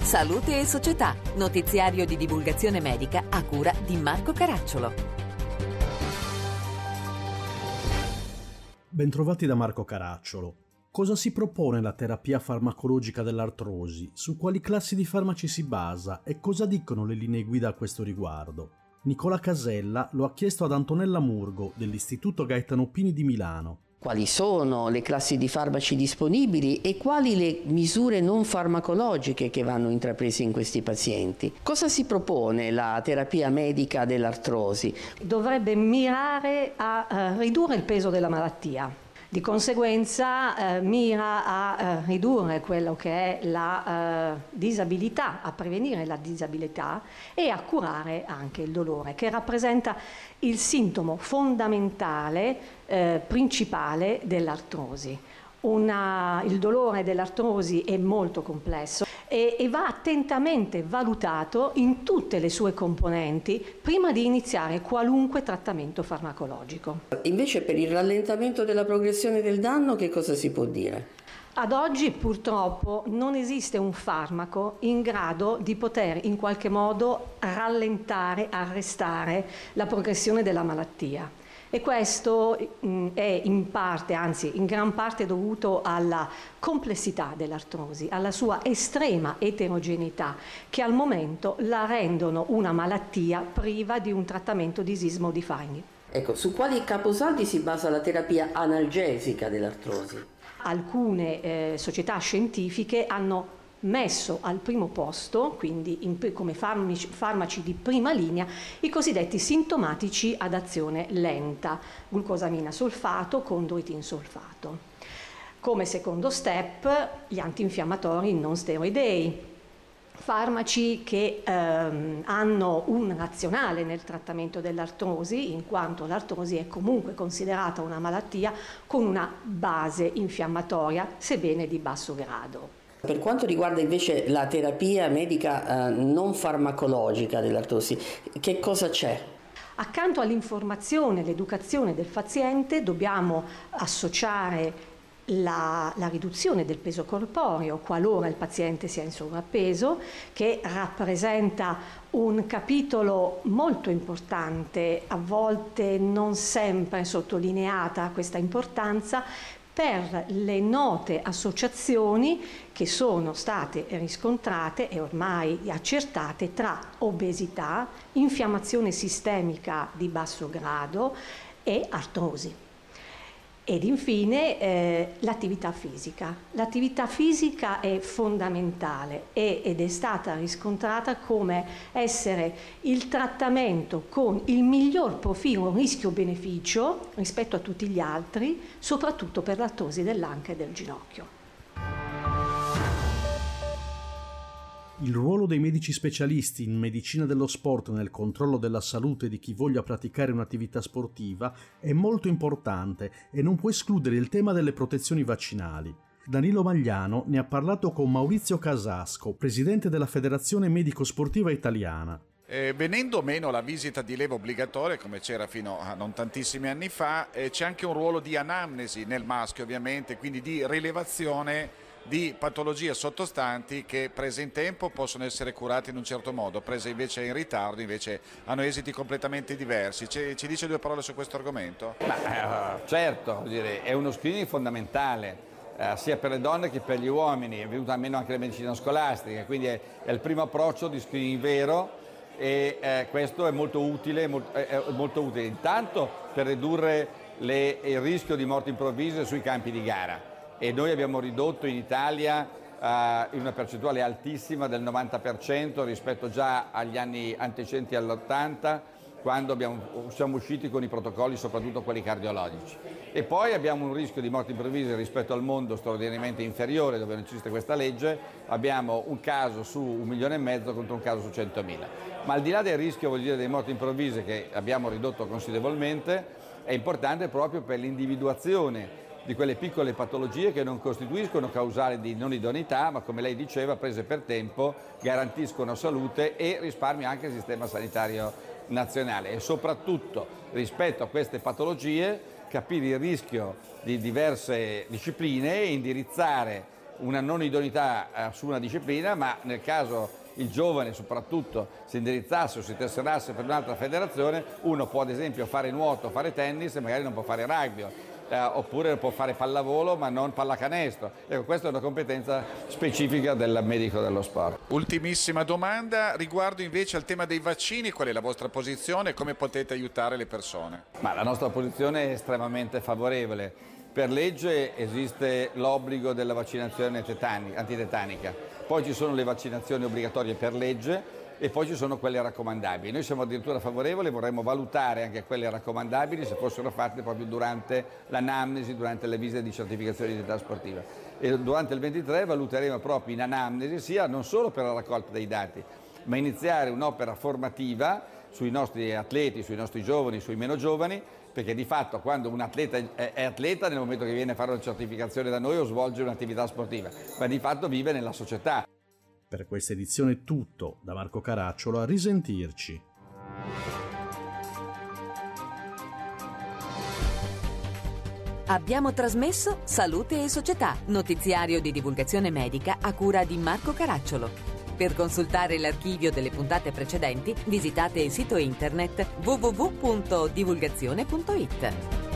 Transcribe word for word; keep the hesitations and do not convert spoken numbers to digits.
Salute e Società, notiziario di divulgazione medica a cura di Marco Caracciolo. Bentrovati da Marco Caracciolo. Cosa si propone la terapia farmacologica dell'artrosi? Su quali classi di farmaci si basa e cosa dicono le linee guida a questo riguardo? Nicola Casella lo ha chiesto ad Antonella Murgo dell'Istituto Gaetano Pini di Milano. Quali sono le classi di farmaci disponibili e quali le misure non farmacologiche che vanno intraprese in questi pazienti? Cosa si propone la terapia medica dell'artrosi? Dovrebbe mirare a uh, ridurre il peso della malattia. Di conseguenza eh, mira a eh, ridurre quello che è la eh, disabilità, a prevenire la disabilità e a curare anche il dolore, che rappresenta il sintomo fondamentale, eh, principale dell'artrosi. Una, il dolore dell'artrosi è molto complesso e, e va attentamente valutato in tutte le sue componenti prima di iniziare qualunque trattamento farmacologico. Invece per il rallentamento della progressione del danno che cosa si può dire? Ad oggi purtroppo non esiste un farmaco in grado di poter in qualche modo rallentare, arrestare la progressione della malattia. E questo mh, è in parte, anzi in gran parte dovuto alla complessità dell'artrosi, alla sua estrema eterogeneità, che al momento la rendono una malattia priva di un trattamento disease modifying. Ecco, su quali caposaldi si basa la terapia analgesica dell'artrosi? Alcune eh, società scientifiche hanno messo al primo posto, quindi in, come farmaci, farmaci di prima linea, i cosiddetti sintomatici ad azione lenta, glucosamina solfato, chondroitin solfato. Come secondo step, gli antinfiammatori non steroidei, farmaci che ehm, hanno un razionale nel trattamento dell'artrosi, in quanto l'artrosi è comunque considerata una malattia con una base infiammatoria, sebbene di basso grado. Per quanto riguarda invece la terapia medica eh, non farmacologica dell'artrosi, che cosa c'è? Accanto all'informazione e l'educazione del paziente dobbiamo associare la, la riduzione del peso corporeo qualora il paziente sia in sovrappeso, che rappresenta un capitolo molto importante, a volte non sempre sottolineata questa importanza, per le note associazioni che sono state riscontrate e ormai accertate tra obesità, infiammazione sistemica di basso grado e artrosi. Ed infine eh, l'attività fisica. L'attività fisica è fondamentale e, ed è stata riscontrata come essere il trattamento con il miglior profilo rischio-beneficio rispetto a tutti gli altri, soprattutto per l'artrosi dell'anca e del ginocchio. Il ruolo dei medici specialisti in medicina dello sport nel controllo della salute di chi voglia praticare un'attività sportiva è molto importante e non può escludere il tema delle protezioni vaccinali. Danilo Magliano ne ha parlato con Maurizio Casasco, presidente della Federazione Medico Sportiva Italiana. Eh, venendo meno la visita di leva obbligatoria, come c'era fino a non tantissimi anni fa, eh, c'è anche un ruolo di anamnesi nel maschio ovviamente, quindi di rilevazione di patologie sottostanti che prese in tempo possono essere curate in un certo modo, prese invece in ritardo invece hanno esiti completamente diversi. Ci, ci dice due parole su questo argomento? Ma, eh, certo, dire, è uno screening fondamentale eh, sia per le donne che per gli uomini, è venuta meno anche la medicina scolastica, quindi è, è il primo approccio di screening vero e eh, questo è molto utile, molto, è molto utile intanto per ridurre le, il rischio di morti improvvise sui campi di gara. E noi abbiamo ridotto in Italia uh, in una percentuale altissima del novanta per cento rispetto già agli anni antecedenti all'ottanta, quando abbiamo, siamo usciti con i protocolli, soprattutto quelli cardiologici. E poi abbiamo un rischio di morte improvvise rispetto al mondo straordinariamente inferiore, dove non esiste questa legge, abbiamo un caso su un milione e mezzo contro un caso su centomila. Ma al di là del rischio, vuol dire, delle morti improvvise che abbiamo ridotto considerevolmente, è importante proprio per l'individuazione di quelle piccole patologie che non costituiscono causali di non idoneità, ma come lei diceva, prese per tempo, garantiscono salute e risparmio anche il sistema sanitario nazionale. E soprattutto rispetto a queste patologie capire il rischio di diverse discipline e indirizzare una non idoneità eh, su una disciplina, ma nel caso il giovane soprattutto si indirizzasse o si tesserasse per un'altra federazione, uno può ad esempio fare nuoto, fare tennis e magari non può fare rugby, eh, oppure può fare pallavolo ma non pallacanestro. Ecco, questa è una competenza specifica del medico dello sport. Ultimissima domanda riguardo invece al tema dei vaccini, qual è la vostra posizione e come potete aiutare le persone? Ma la nostra posizione è estremamente favorevole. Per legge esiste l'obbligo della vaccinazione antitetanica, poi ci sono le vaccinazioni obbligatorie per legge e poi ci sono quelle raccomandabili. Noi siamo addirittura favorevoli, vorremmo valutare anche quelle raccomandabili se fossero fatte proprio durante l'anamnesi, durante le visite di certificazione di età sportiva. E durante il ventitré valuteremo proprio in anamnesi sia non solo per la raccolta dei dati, ma iniziare un'opera formativa sui nostri atleti, sui nostri giovani, sui meno giovani, perché di fatto quando un atleta è atleta nel momento che viene a fare una certificazione da noi o svolge un'attività sportiva, ma di fatto vive nella società. Per questa edizione è tutto, da Marco Caracciolo, a risentirci. Abbiamo trasmesso Salute e Società, notiziario di divulgazione medica a cura di Marco Caracciolo. Per consultare l'archivio delle puntate precedenti, visitate il sito internet w w w punto divulgazione punto it.